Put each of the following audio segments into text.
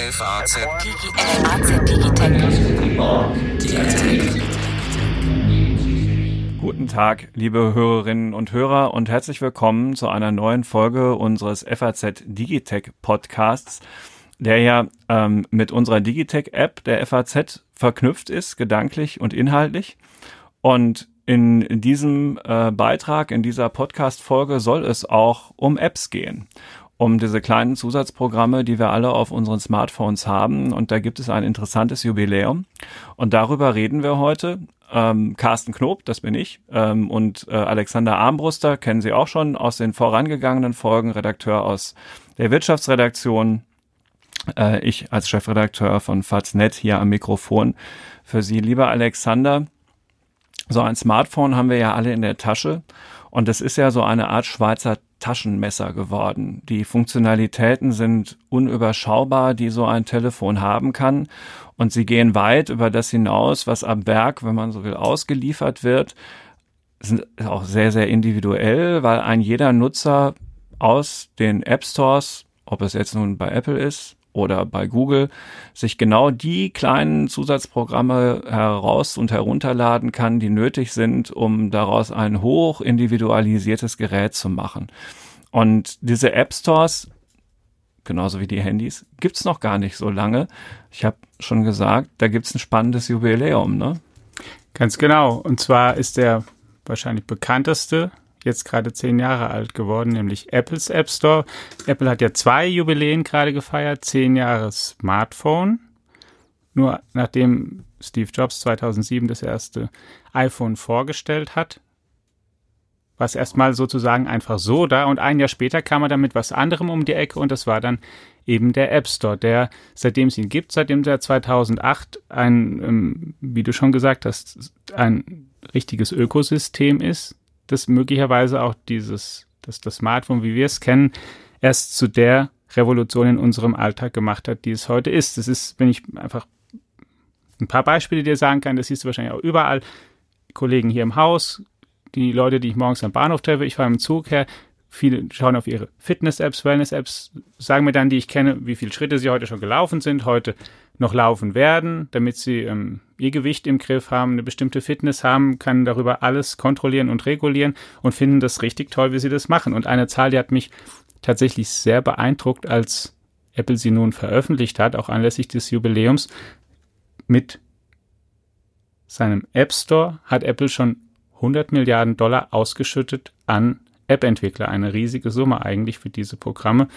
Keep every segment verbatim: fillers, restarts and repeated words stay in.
F A Z Digitech. Guten Tag, liebe Hörerinnen und Hörer, und herzlich willkommen zu einer neuen Folge unseres F A Z Digitech Podcasts, der ja ähm, mit unserer Digitech-App der F A Z verknüpft ist, gedanklich und inhaltlich. Und in diesem äh, Beitrag, in dieser Podcast-Folge soll es auch um Apps gehen. Um diese kleinen Zusatzprogramme, die wir alle auf unseren Smartphones haben. Und da gibt es ein interessantes Jubiläum. Und darüber reden wir heute. Ähm, Carsten Knob, das bin ich, ähm, und äh, Alexander Armbruster, kennen Sie auch schon aus den vorangegangenen Folgen, Redakteur aus der Wirtschaftsredaktion. Äh, ich als Chefredakteur von Faznet hier am Mikrofon für Sie. Lieber Alexander, so ein Smartphone haben wir ja alle in der Tasche. Und das ist ja so eine Art Schweizer Taschenmesser geworden. Die Funktionalitäten sind unüberschaubar, die so ein Telefon haben kann. Und sie gehen weit über das hinaus, was am Werk, wenn man so will, ausgeliefert wird. Sind auch sehr, sehr individuell, weil ein jeder Nutzer aus den App Stores, ob es jetzt nun bei Apple ist oder bei Google, sich genau die kleinen Zusatzprogramme heraus- und herunterladen kann, die nötig sind, um daraus ein hoch individualisiertes Gerät zu machen. Und diese App Stores, genauso wie die Handys, gibt's noch gar nicht so lange. Ich habe schon gesagt, da gibt's ein spannendes Jubiläum, ne? Ganz genau. Und zwar ist der wahrscheinlich bekannteste jetzt gerade zehn Jahre alt geworden, nämlich Apples App Store. Apple hat ja zwei Jubiläen gerade gefeiert, zehn Jahre Smartphone. Nur nachdem Steve Jobs zweitausendsieben das erste iPhone vorgestellt hat, war es erstmal sozusagen einfach so da. Und ein Jahr später kam er dann mit was anderem um die Ecke und das war dann eben der App Store, der, seitdem es ihn gibt, seitdem der zweitausendacht ein, ähm, wie du schon gesagt hast, ein richtiges Ökosystem ist, das möglicherweise auch dieses, das, das Smartphone, wie wir es kennen, erst zu der Revolution in unserem Alltag gemacht hat, die es heute ist. Das ist, wenn ich einfach ein paar Beispiele dir sagen kann, das siehst du wahrscheinlich auch überall, Kollegen hier im Haus, die Leute, die ich morgens am Bahnhof treffe, ich fahre im Zug her, viele schauen auf ihre Fitness-Apps, Wellness-Apps, sagen mir dann, die ich kenne, wie viele Schritte sie heute schon gelaufen sind, heute noch laufen werden, damit sie ähm, ihr Gewicht im Griff haben, eine bestimmte Fitness haben, können darüber alles kontrollieren und regulieren und finden das richtig toll, wie sie das machen. Und eine Zahl, die hat mich tatsächlich sehr beeindruckt, als Apple sie nun veröffentlicht hat, auch anlässlich des Jubiläums. Mit seinem App Store hat Apple schon hundert Milliarden Dollar ausgeschüttet an App-Entwickler. Eine riesige Summe eigentlich für diese Programme.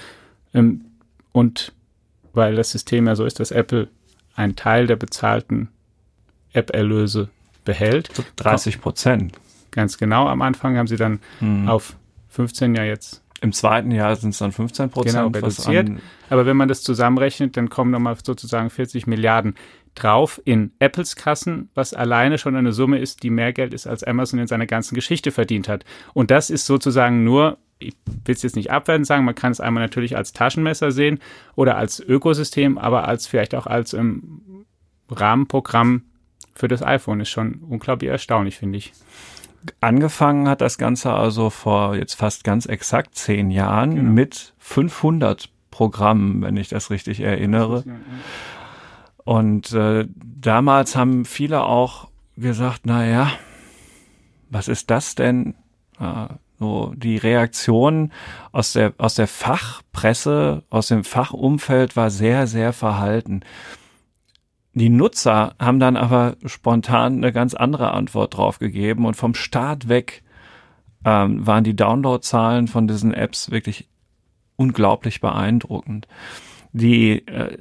Und weil das System ja so ist, dass Apple einen Teil der bezahlten App-Erlöse behält. dreißig Prozent. Ganz genau. Am Anfang haben sie dann hm. auf fünfzehn Jahr jetzt. Im zweiten Jahr sind es dann fünfzehn Prozent. Genau, reduziert. Aber wenn man das zusammenrechnet, dann kommen nochmal sozusagen vierzig Milliarden drauf in Apples Kassen, was alleine schon eine Summe ist, die mehr Geld ist, als Amazon in seiner ganzen Geschichte verdient hat. Und das ist sozusagen nur, ich will es jetzt nicht abwertend sagen, man kann es einmal natürlich als Taschenmesser sehen oder als Ökosystem, aber als vielleicht auch als ähm, Rahmenprogramm für das iPhone ist schon unglaublich erstaunlich, finde ich. Angefangen hat das Ganze also vor jetzt fast ganz exakt zehn Jahren genau. mit fünfhundert Programmen, wenn ich das richtig erinnere. Und äh, damals haben viele auch gesagt, naja, was ist das denn? Äh, so die Reaktion aus der aus der Fachpresse, aus dem Fachumfeld war sehr, sehr verhalten. Die Nutzer haben dann aber spontan eine ganz andere Antwort drauf gegeben und vom Start weg ähm, waren die Downloadzahlen von diesen Apps wirklich unglaublich beeindruckend. Die äh,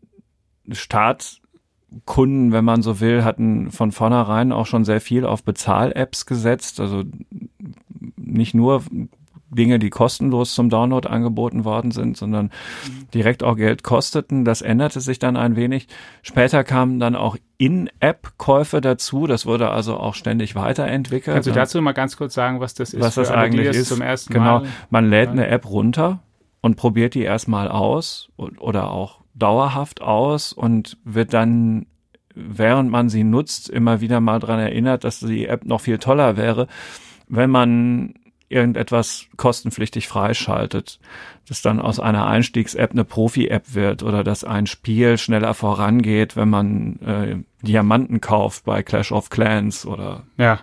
Startkunden, wenn man so will, hatten von vornherein auch schon sehr viel auf Bezahl-Apps gesetzt, also nicht nur Dinge, die kostenlos zum Download angeboten worden sind, sondern direkt auch Geld kosteten. Das änderte sich dann ein wenig. Später kamen dann auch In-App-Käufe dazu. Das wurde also auch ständig weiterentwickelt. Kannst du dazu mal ganz kurz sagen, was das ist? Was das alle, eigentlich ist? Zum ersten genau. Mal Man lädt eine App runter und probiert die erstmal aus oder auch dauerhaft aus und wird dann, während man sie nutzt, immer wieder mal dran erinnert, dass die App noch viel toller wäre, wenn man irgendetwas kostenpflichtig freischaltet, dass dann aus einer Einstiegs-App eine Profi-App wird oder dass ein Spiel schneller vorangeht, wenn man äh, Diamanten kauft bei Clash of Clans oder ja.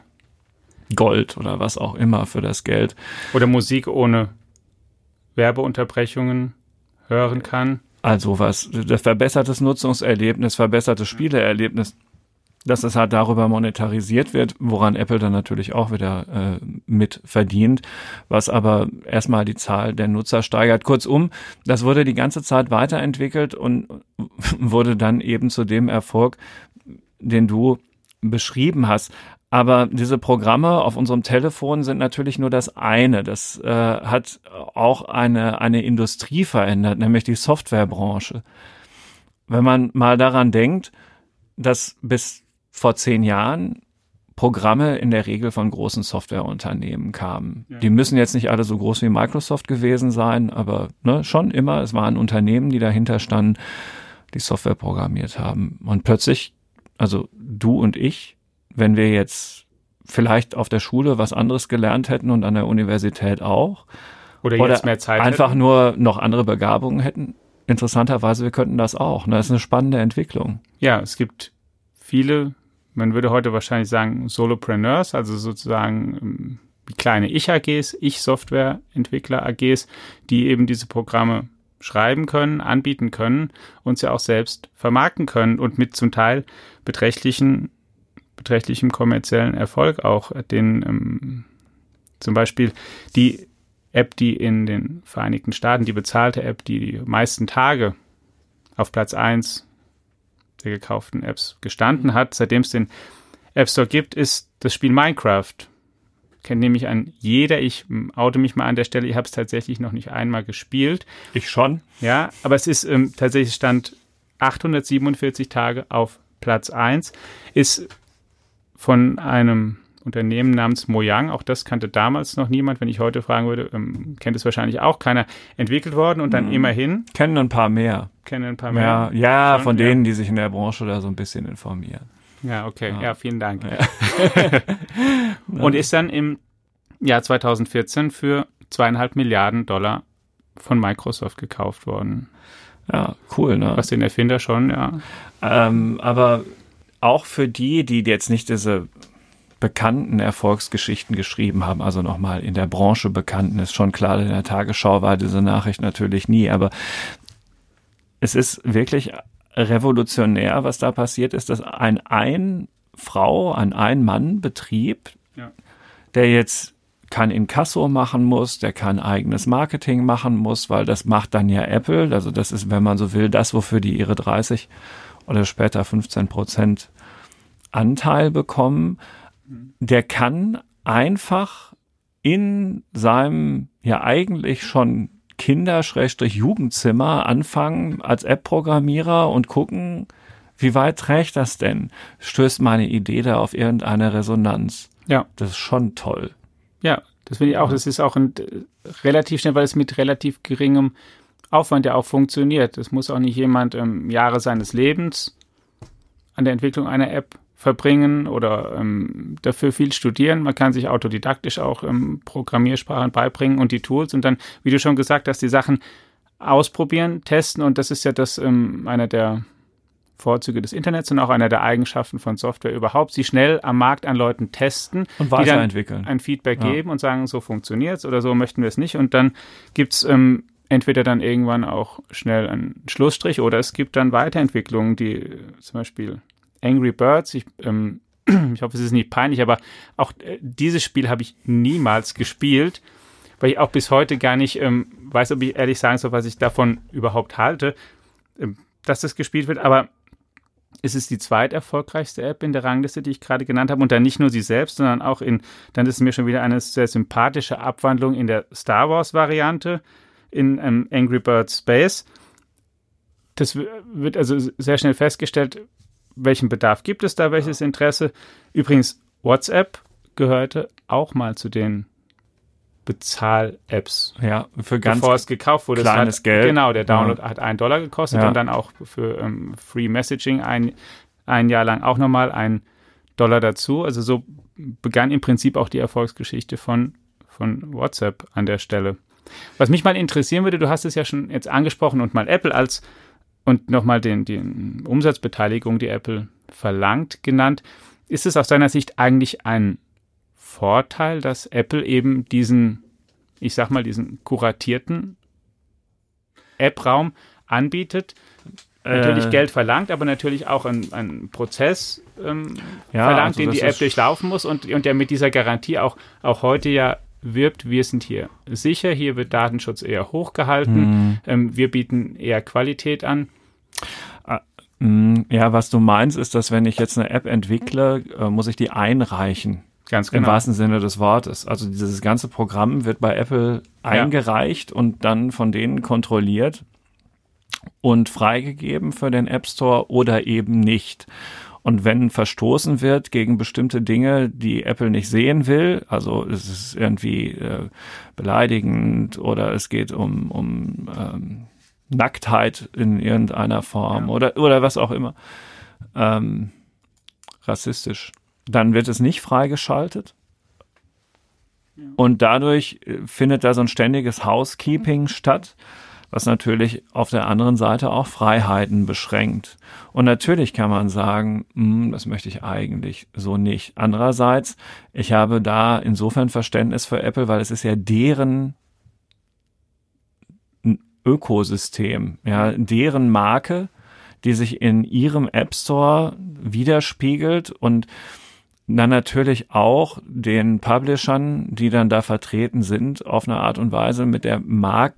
Gold oder was auch immer für das Geld. Oder Musik ohne Werbeunterbrechungen hören kann. Also was, das verbessertes Nutzungserlebnis, verbessertes Spieleerlebnis, dass es halt darüber monetarisiert wird, woran Apple dann natürlich auch wieder äh, mit verdient, was aber erstmal die Zahl der Nutzer steigert. Kurzum, das wurde die ganze Zeit weiterentwickelt und wurde dann eben zu dem Erfolg, den du beschrieben hast. Aber diese Programme auf unserem Telefon sind natürlich nur das eine. Das äh, hat auch eine, eine Industrie verändert, nämlich die Softwarebranche. Wenn man mal daran denkt, dass bis vor zehn Jahren Programme in der Regel von großen Softwareunternehmen kamen. Ja. Die müssen jetzt nicht alle so groß wie Microsoft gewesen sein, aber ne, schon immer, es waren Unternehmen, die dahinter standen, die Software programmiert haben. Und plötzlich, also du und ich, wenn wir jetzt vielleicht auf der Schule was anderes gelernt hätten und an der Universität auch, oder, jetzt oder mehr Zeit einfach hätten. nur noch andere Begabungen hätten, interessanterweise, wir könnten das auch. Das ist eine spannende Entwicklung. Ja, es gibt viele, man würde heute wahrscheinlich sagen Solopreneurs, also sozusagen wie kleine Ich-A Gs, Ich-Software-Entwickler-A Gs, die eben diese Programme schreiben können, anbieten können und sie auch selbst vermarkten können und mit zum Teil beträchtlichen, beträchtlichem kommerziellen Erfolg auch. Den ähm, zum Beispiel die App, die in den Vereinigten Staaten, die bezahlte App, die die meisten Tage auf Platz eins der gekauften Apps gestanden hat, seitdem es den App Store gibt, ist das Spiel Minecraft. Kennt nämlich an jeder, ich oute mich mal an der Stelle, ich habe es tatsächlich noch nicht einmal gespielt. Ich schon. Ja, aber es ist ähm, tatsächlich stand achthundertsiebenundvierzig Tage auf Platz eins, ist von einem Unternehmen namens Mojang, auch das kannte damals noch niemand, wenn ich heute fragen würde, ähm, kennt es wahrscheinlich auch keiner, entwickelt worden und dann hm. immerhin. Kennen ein paar mehr. Kennen ein paar mehr. Ja, ja Schon, von denen, ja. die sich in der Branche da so ein bisschen informieren. Ja, okay. Ja, ja vielen Dank. Ja. Und ist dann im Jahr zweitausendvierzehn für zweieinhalb Milliarden Dollar von Microsoft gekauft worden. Ja, cool, ne? Was den Erfinder schon, ja. Ähm, aber auch für die, die jetzt nicht diese bekannten Erfolgsgeschichten geschrieben haben, also nochmal in der Branche bekannten, ist schon klar, in der Tagesschau war diese Nachricht natürlich nie, aber es ist wirklich revolutionär, was da passiert ist, dass ein Ein-Frau, ein Ein-Mann-Betrieb, ja. der jetzt kein Inkasso machen muss, der kein eigenes Marketing machen muss, weil das macht dann ja Apple, also das ist, wenn man so will, das, wofür die ihre dreißig oder später fünfzehn Prozent Anteil bekommen, der kann einfach in seinem ja eigentlich schon Kinder-Jugendzimmer anfangen als App-Programmierer und gucken, wie weit trägt das denn? Stößt meine Idee da auf irgendeine Resonanz? Ja. Das ist schon toll. Ja, das finde ich auch. Das ist auch ein, relativ schnell, weil es mit relativ geringem Aufwand ja auch funktioniert. Es muss auch nicht jemand ähm, Jahre seines Lebens an der Entwicklung einer App verbringen oder ähm, dafür viel studieren. Man kann sich autodidaktisch auch ähm, Programmiersprachen beibringen und die Tools und dann, wie du schon gesagt hast, die Sachen ausprobieren, testen und das ist ja das ähm, einer der Vorzüge des Internets und auch einer der Eigenschaften von Software überhaupt, sie schnell am Markt an Leuten testen und weiterentwickeln, die dann ein Feedback ja. geben und sagen, so funktioniert es oder so möchten wir es nicht und dann gibt es ähm, entweder dann irgendwann auch schnell einen Schlussstrich oder es gibt dann Weiterentwicklungen, die äh, zum Beispiel Angry Birds, ich, ähm, ich hoffe, es ist nicht peinlich, aber auch äh, dieses Spiel habe ich niemals gespielt, weil ich auch bis heute gar nicht ähm, weiß, ob ich ehrlich sagen soll, was ich davon überhaupt halte, ähm, dass das gespielt wird, aber es ist die zweiterfolgreichste App in der Rangliste, die ich gerade genannt habe und dann nicht nur sie selbst, sondern auch in, dann ist es mir schon wieder eine sehr sympathische Abwandlung in der Star Wars Variante in ähm, Angry Birds Space. Das w- wird also sehr schnell festgestellt, welchen Bedarf gibt es da, welches Interesse. Übrigens, WhatsApp gehörte auch mal zu den Bezahl-Apps. Ja, für ganz bevor es gekauft wurde. kleines hat, Geld. Genau, der Download ja. hat einen Dollar gekostet ja. und dann auch für ähm, Free Messaging ein, ein Jahr lang auch nochmal ein Dollar dazu. Also so begann im Prinzip auch die Erfolgsgeschichte von, von WhatsApp an der Stelle. Was mich mal interessieren würde, du hast es ja schon jetzt angesprochen und mal Apple als und nochmal den, den Umsatzbeteiligung, die Apple verlangt, genannt. Ist es aus deiner Sicht eigentlich ein Vorteil, dass Apple eben diesen, ich sag mal, diesen kuratierten App-Raum anbietet? Natürlich äh, Geld verlangt, aber natürlich auch einen, einen Prozess ähm, ja, verlangt, also den die App durchlaufen muss und, und der mit dieser Garantie auch, auch heute ja wirbt, wir sind hier sicher, hier wird Datenschutz eher hochgehalten, hm. ähm, wir bieten eher Qualität an. Ja, was du meinst, ist, dass wenn ich jetzt eine App entwickle, äh, muss ich die einreichen. Ganz genau. Im wahrsten Sinne des Wortes. Also dieses ganze Programm wird bei Apple eingereicht ja. und dann von denen kontrolliert und freigegeben für den App Store oder eben nicht. Und wenn verstoßen wird gegen bestimmte Dinge, die Apple nicht sehen will, also es ist irgendwie äh, beleidigend oder es geht um, um ähm, Nacktheit in irgendeiner Form ja. oder, oder was auch immer, ähm, rassistisch, dann wird es nicht freigeschaltet. Ja. Und dadurch findet da so ein ständiges Housekeeping mhm. statt, was natürlich auf der anderen Seite auch Freiheiten beschränkt. Und natürlich kann man sagen, mh, das möchte ich eigentlich so nicht. Andererseits, ich habe da insofern Verständnis für Apple, weil es ist ja deren Ökosystem, ja, deren Marke, die sich in ihrem App Store widerspiegelt und dann natürlich auch den Publishern, die dann da vertreten sind, auf eine Art und Weise mit der Marke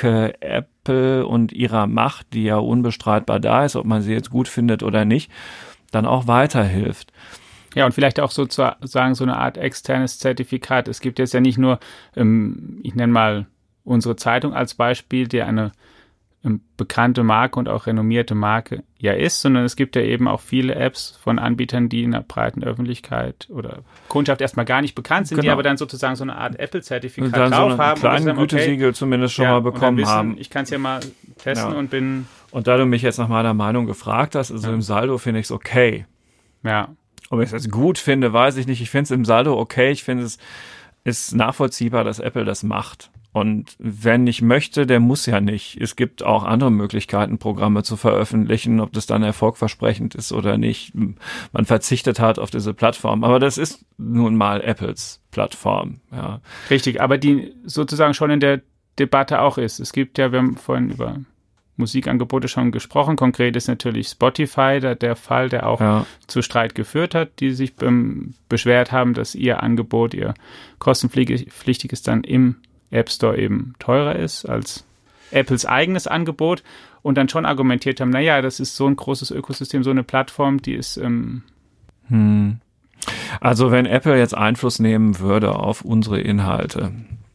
Apple und ihrer Macht, die ja unbestreitbar da ist, ob man sie jetzt gut findet oder nicht, dann auch weiterhilft. Ja, und vielleicht auch sozusagen so eine Art externes Zertifikat. Es gibt jetzt ja nicht nur, ähm, ich nenne mal unsere Zeitung als Beispiel, die eine ähm, bekannte Marke und auch renommierte Marke ja ist, sondern es gibt ja eben auch viele Apps von Anbietern, die in der breiten Öffentlichkeit oder Kundschaft erstmal gar nicht bekannt sind, genau. die aber dann sozusagen so eine Art Apple-Zertifikat dann drauf so haben. Kleinen okay, Gütesiegel zumindest schon ja, mal bekommen wissen, haben. Ich kann es ja mal testen ja. und bin... Und da du mich jetzt nach meiner Meinung gefragt hast, also ja. im Saldo finde ich es okay. Ja. Ob ich es jetzt gut finde, weiß ich nicht. Ich finde es im Saldo okay. Ich finde es ist nachvollziehbar, dass Apple das macht. Und wer nicht möchte, der muss ja nicht. Es gibt auch andere Möglichkeiten, Programme zu veröffentlichen, ob das dann erfolgversprechend ist oder nicht. Man verzichtet halt auf diese Plattform. Aber das ist nun mal Apples Plattform. Ja. Richtig, aber die sozusagen schon in der Debatte auch ist. Es gibt ja, wir haben vorhin über Musikangebote schon gesprochen. Konkret ist natürlich Spotify der, der Fall, der auch ja. zu Streit geführt hat, die sich ähm, beschwert haben, dass ihr Angebot, ihr kostenpflichtiges dann im App Store eben teurer ist als Apples eigenes Angebot und dann schon argumentiert haben, naja, das ist so ein großes Ökosystem, so eine Plattform, die ist... Ähm hm. Also wenn Apple jetzt Einfluss nehmen würde auf unsere Inhalte,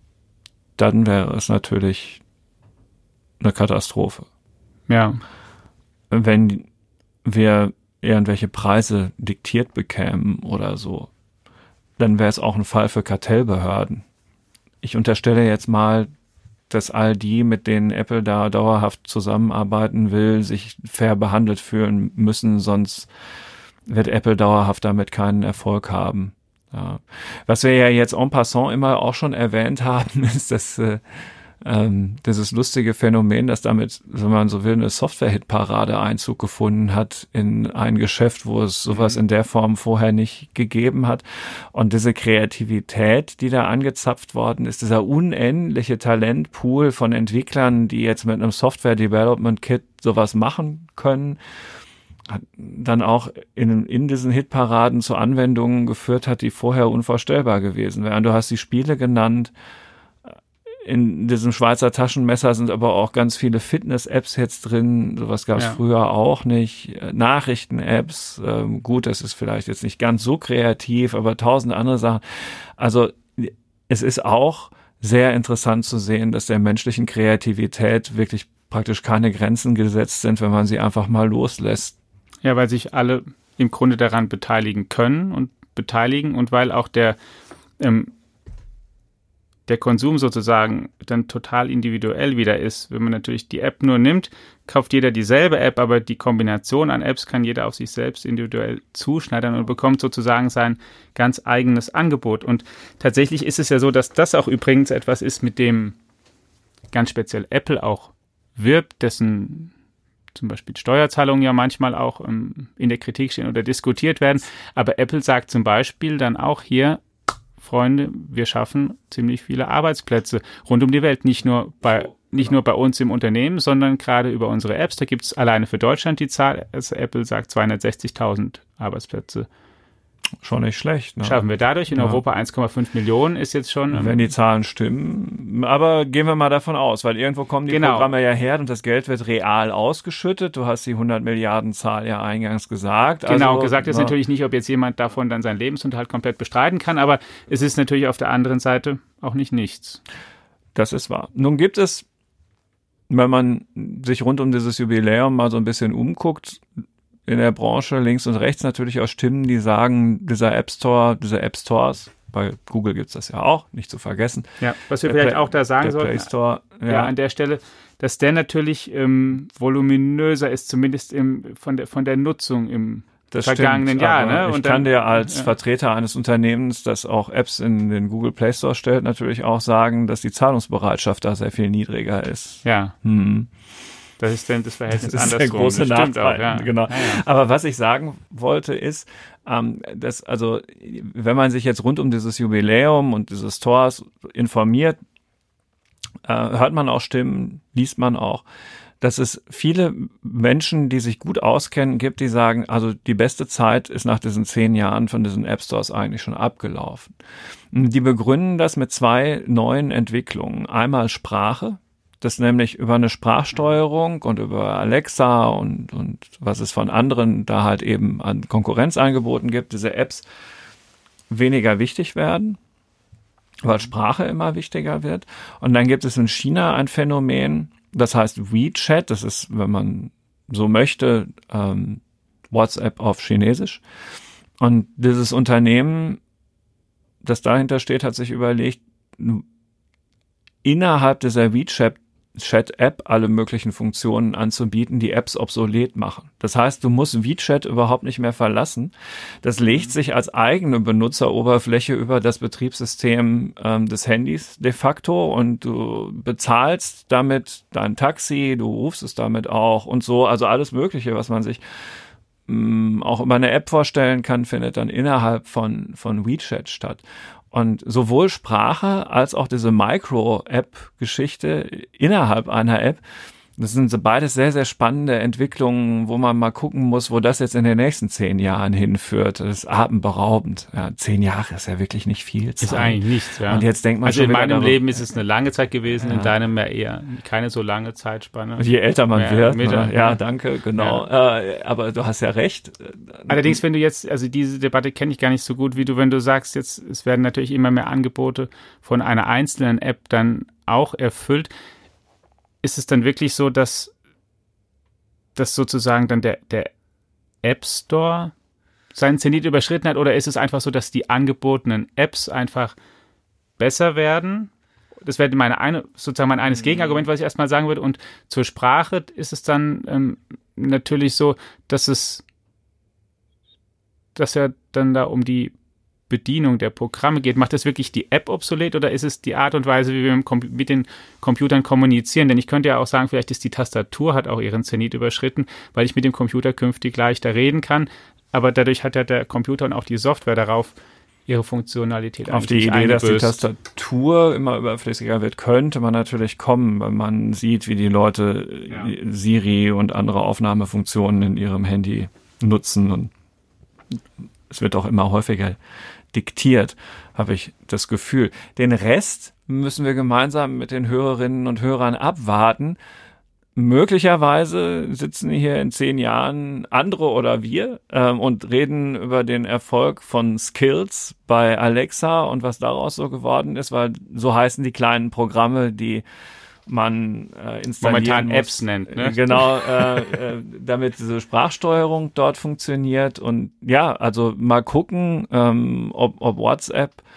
dann wäre es natürlich eine Katastrophe. Ja. Wenn wir irgendwelche Preise diktiert bekämen oder so, dann wäre es auch ein Fall für Kartellbehörden. Ich unterstelle jetzt mal, dass all die, mit denen Apple da dauerhaft zusammenarbeiten will, sich fair behandelt fühlen müssen, sonst wird Apple dauerhaft damit keinen Erfolg haben. Ja. Was wir ja jetzt en passant immer auch schon erwähnt haben, ist, dass äh, ähm, dieses lustige Phänomen, dass damit, wenn man so will, eine Software-Hit-Parade Einzug gefunden hat in ein Geschäft, wo es sowas in der Form vorher nicht gegeben hat. Und diese Kreativität, die da angezapft worden ist, dieser unendliche Talentpool von Entwicklern, die jetzt mit einem Software-Development-Kit sowas machen können, hat dann auch in, in diesen Hitparaden zu Anwendungen geführt hat, die vorher unvorstellbar gewesen wären. Du hast die Spiele genannt. In diesem Schweizer Taschenmesser sind aber auch ganz viele Fitness-Apps jetzt drin. Sowas gab es ja. früher auch nicht. Nachrichten-Apps, ähm, gut, das ist vielleicht jetzt nicht ganz so kreativ, aber tausend andere Sachen. Also es ist auch sehr interessant zu sehen, dass der menschlichen Kreativität wirklich praktisch keine Grenzen gesetzt sind, wenn man sie einfach mal loslässt. Ja, weil sich alle im Grunde daran beteiligen können und beteiligen und weil auch der ähm, der Konsum sozusagen dann total individuell wieder ist. Wenn man natürlich die App nur nimmt, kauft jeder dieselbe App, aber die Kombination an Apps kann jeder auf sich selbst individuell zuschneidern und bekommt sozusagen sein ganz eigenes Angebot. Und tatsächlich ist es ja so, dass das auch übrigens etwas ist, mit dem ganz speziell Apple auch wirbt, dessen zum Beispiel Steuerzahlungen ja manchmal auch ähm, in der Kritik stehen oder diskutiert werden. Aber Apple sagt zum Beispiel dann auch hier, Freunde, wir schaffen ziemlich viele Arbeitsplätze rund um die Welt, nicht nur bei nicht nur bei uns im Unternehmen, sondern gerade über unsere Apps. Da gibt es alleine für Deutschland die Zahl, also Apple sagt zweihundertsechzigtausend Arbeitsplätze. Schon nicht schlecht. Ne? Schaffen wir dadurch. In ja. Europa eins Komma fünf Millionen ist jetzt schon... Ähm, Wenn die Zahlen stimmen. Aber gehen wir mal davon aus, weil irgendwo kommen die genau. Programme ja her und das Geld wird real ausgeschüttet. Du hast die hundert Milliarden Zahl ja eingangs gesagt. Genau, also, gesagt ist na, natürlich nicht, ob jetzt jemand davon dann seinen Lebensunterhalt komplett bestreiten kann, aber es ist natürlich auf der anderen Seite auch nicht nichts. Das ist wahr. Nun gibt es, wenn man sich rund um dieses Jubiläum mal so ein bisschen umguckt, in der Branche links und rechts natürlich auch Stimmen, die sagen, dieser App Store, diese App Stores, bei Google gibt es das ja auch, nicht zu vergessen. Ja, was wir vielleicht Play, auch da sagen sollten, Play Store, ja. ja, an der Stelle, dass der natürlich ähm, voluminöser ist, zumindest im, von, der, von der Nutzung im das vergangenen stimmt, Jahr. Ne? Ich und kann dann, dir als ja. Vertreter eines Unternehmens, das auch Apps in den Google Play Store stellt, natürlich auch sagen, dass die Zahlungsbereitschaft da sehr viel niedriger ist. Ja. Hm. Das ist denn das Verhältnis das ist andersrum. Der große das stimmt Nachteil, auch, ja. Genau. Ja, ja. Aber was ich sagen wollte ist, ähm, dass also, wenn man sich jetzt rund um dieses Jubiläum und diese Stores informiert, äh, hört man auch Stimmen, liest man auch, dass es viele Menschen, die sich gut auskennen, gibt, die sagen, also die beste Zeit ist nach diesen zehn Jahren von diesen App Stores eigentlich schon abgelaufen. Die begründen das mit zwei neuen Entwicklungen. Einmal Sprache, das nämlich über eine Sprachsteuerung und über Alexa und, und was es von anderen da halt eben an Konkurrenzangeboten gibt, diese Apps weniger wichtig werden, weil Sprache immer wichtiger wird. Und dann gibt es in China ein Phänomen, das heißt WeChat, das ist, wenn man so möchte, ähm, WhatsApp auf Chinesisch. Und dieses Unternehmen, das dahinter steht, hat sich überlegt, innerhalb dieser WeChat Chat-App alle möglichen Funktionen anzubieten, die Apps obsolet machen. Das heißt, du musst WeChat überhaupt nicht mehr verlassen. Das legt sich als eigene Benutzeroberfläche über das Betriebssystem ähm, des Handys de facto und du bezahlst damit dein Taxi, du rufst es damit auch und so. Also alles Mögliche, was man sich mh, auch über eine App vorstellen kann, findet dann innerhalb von, von WeChat statt. Und sowohl Sprache als auch diese Micro-App-Geschichte innerhalb einer App, das sind so beides sehr, sehr spannende Entwicklungen, wo man mal gucken muss, wo das jetzt in den nächsten zehn Jahren hinführt. Das ist atemberaubend. Ja, zehn Jahre ist ja wirklich nicht viel Zeit. Ist eigentlich nichts, ja. Und jetzt denkt man also schon in meinem darüber, Leben ist es eine lange Zeit gewesen, ja. in deinem ja eher keine so lange Zeitspanne. Je älter man mehr, wird. Mitte, ne? Ja, danke, genau. Ja. Äh, aber du hast ja recht. Allerdings, wenn du jetzt, also diese Debatte kenne ich gar nicht so gut, wie du, wenn du sagst, jetzt, es werden natürlich immer mehr Angebote von einer einzelnen App dann auch erfüllt. Ist es dann wirklich so, dass dass sozusagen dann der, der App Store seinen Zenit überschritten hat, oder ist es einfach so, dass die angebotenen Apps einfach besser werden? Das wäre meine eine, sozusagen mein eines Gegenargument, was ich erstmal sagen würde. Und zur Sprache ist es dann ähm, natürlich so, dass es dass ja dann da um die Bedienung der Programme geht. Macht das wirklich die App obsolet, oder ist es die Art und Weise, wie wir mit den Computern kommunizieren? Denn ich könnte ja auch sagen, vielleicht ist die Tastatur, hat auch ihren Zenit überschritten, weil ich mit dem Computer künftig leichter reden kann. Aber dadurch hat ja der Computer und auch die Software darauf ihre Funktionalität auf die Idee, eingeböst. Dass die Tastatur immer überflüssiger wird, könnte man natürlich kommen, wenn man sieht, wie die Leute ja. Siri und andere Aufnahmefunktionen in ihrem Handy nutzen. Und es wird auch immer häufiger diktiert, habe ich das Gefühl. Den Rest müssen wir gemeinsam mit den Hörerinnen und Hörern abwarten. Möglicherweise sitzen hier in zehn Jahren andere oder wir ähm, und reden über den Erfolg von Skills bei Alexa und was daraus so geworden ist, weil so heißen die kleinen Programme, die man äh, installieren momentan muss. Apps nennt, ne? Genau, äh, äh, damit diese Sprachsteuerung dort funktioniert. Und ja, also mal gucken, ähm, ob, ob WhatsApp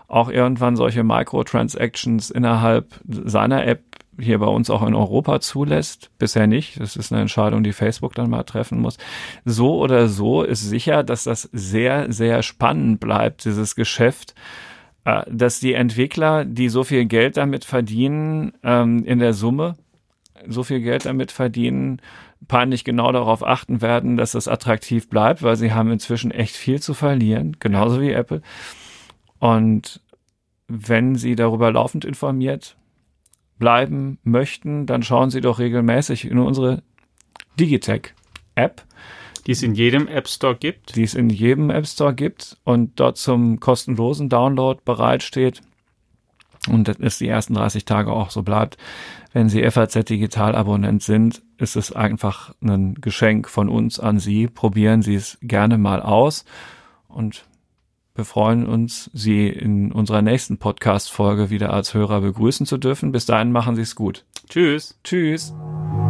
auch irgendwann solche Microtransactions innerhalb seiner App hier bei uns auch in Europa zulässt. Bisher nicht. Das ist eine Entscheidung, die Facebook dann mal treffen muss. So oder so ist sicher, dass das sehr, sehr spannend bleibt, dieses Geschäft, äh, dass die Entwickler, die so viel Geld damit verdienen, ähm, in der Summe so viel Geld damit verdienen, peinlich genau darauf achten werden, dass es attraktiv bleibt, weil sie haben inzwischen echt viel zu verlieren, genauso wie Apple. Und wenn Sie darüber laufend informiert bleiben möchten, dann schauen Sie doch regelmäßig in unsere Digitech-App, die es in jedem App Store gibt. Die es in jedem App Store gibt und dort zum kostenlosen Download bereitsteht. Und das ist die ersten dreißig Tage auch so bleibt. Wenn Sie F A Z Digital-Abonnent sind, ist es einfach ein Geschenk von uns an Sie. Probieren Sie es gerne mal aus und wir freuen uns, Sie in unserer nächsten Podcast-Folge wieder als Hörer begrüßen zu dürfen. Bis dahin machen Sie es gut. Tschüss. Tschüss.